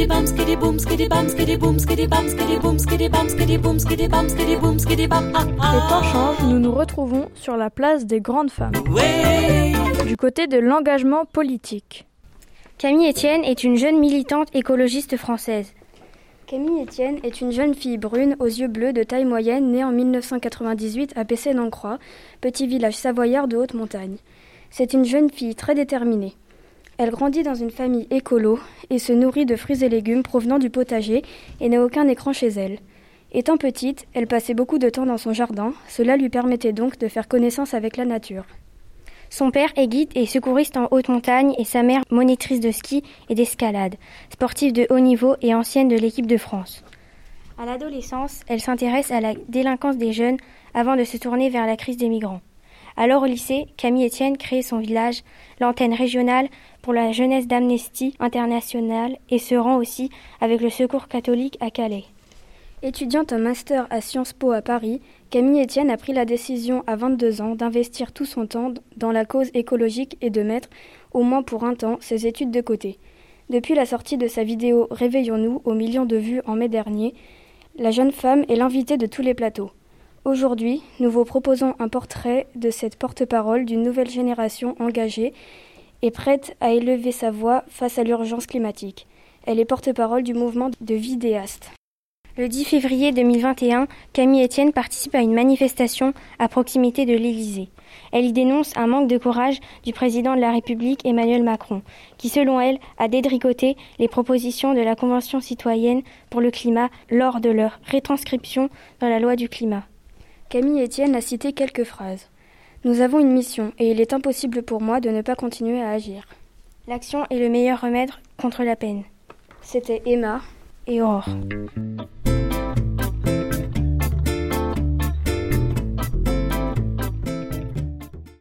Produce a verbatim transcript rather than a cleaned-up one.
bam, skiddy boom, skiddy bam, skiddy boom, skiddy bam, skiddy boom, skiddy bam, skiddy boom, skiddy bam, skiddy boom, skiddy bam. Les temps changent, nous nous retrouvons sur la place des grandes femmes, du côté de l'engagement politique. Camille Etienne est une jeune militante écologiste française. Camille Etienne est une jeune fille brune aux yeux bleus de taille moyenne née en dix-neuf cent quatre-vingt-dix-huit à Pessay-en-Croix, petit village savoyard de haute montagne. C'est une jeune fille très déterminée. Elle grandit dans une famille écolo et se nourrit de fruits et légumes provenant du potager et n'a aucun écran chez elle. Étant petite, elle passait beaucoup de temps dans son jardin, cela lui permettait donc de faire connaissance avec la nature. Son père est guide et secouriste en haute montagne et sa mère monitrice de ski et d'escalade, sportive de haut niveau et ancienne de l'équipe de France. À l'adolescence, elle s'intéresse à la délinquance des jeunes avant de se tourner vers la crise des migrants. Alors au lycée, Camille Etienne crée son village, l'antenne régionale pour la jeunesse d'Amnesty International et se rend aussi avec le Secours catholique à Calais. Étudiante en master à Sciences Po à Paris, Camille Etienne a pris la décision à vingt-deux ans d'investir tout son temps dans la cause écologique et de mettre, au moins pour un temps, ses études de côté. Depuis la sortie de sa vidéo « Réveillons-nous » aux millions de vues en mai dernier, la jeune femme est l'invitée de tous les plateaux. Aujourd'hui, nous vous proposons un portrait de cette porte-parole d'une nouvelle génération engagée et prête à élever sa voix face à l'urgence climatique. Elle est porte-parole du mouvement de vidéastes. Le dix février deux mille vingt et un, Camille Etienne participe à une manifestation à proximité de l'Élysée. Elle y dénonce un manque de courage du président de la République Emmanuel Macron, qui selon elle a détricoté les propositions de la Convention citoyenne pour le climat lors de leur rétranscription dans la loi du climat. Camille Etienne a cité quelques phrases. « Nous avons une mission et il est impossible pour moi de ne pas continuer à agir. L'action est le meilleur remède contre la peine. » C'était Emma et Aurore.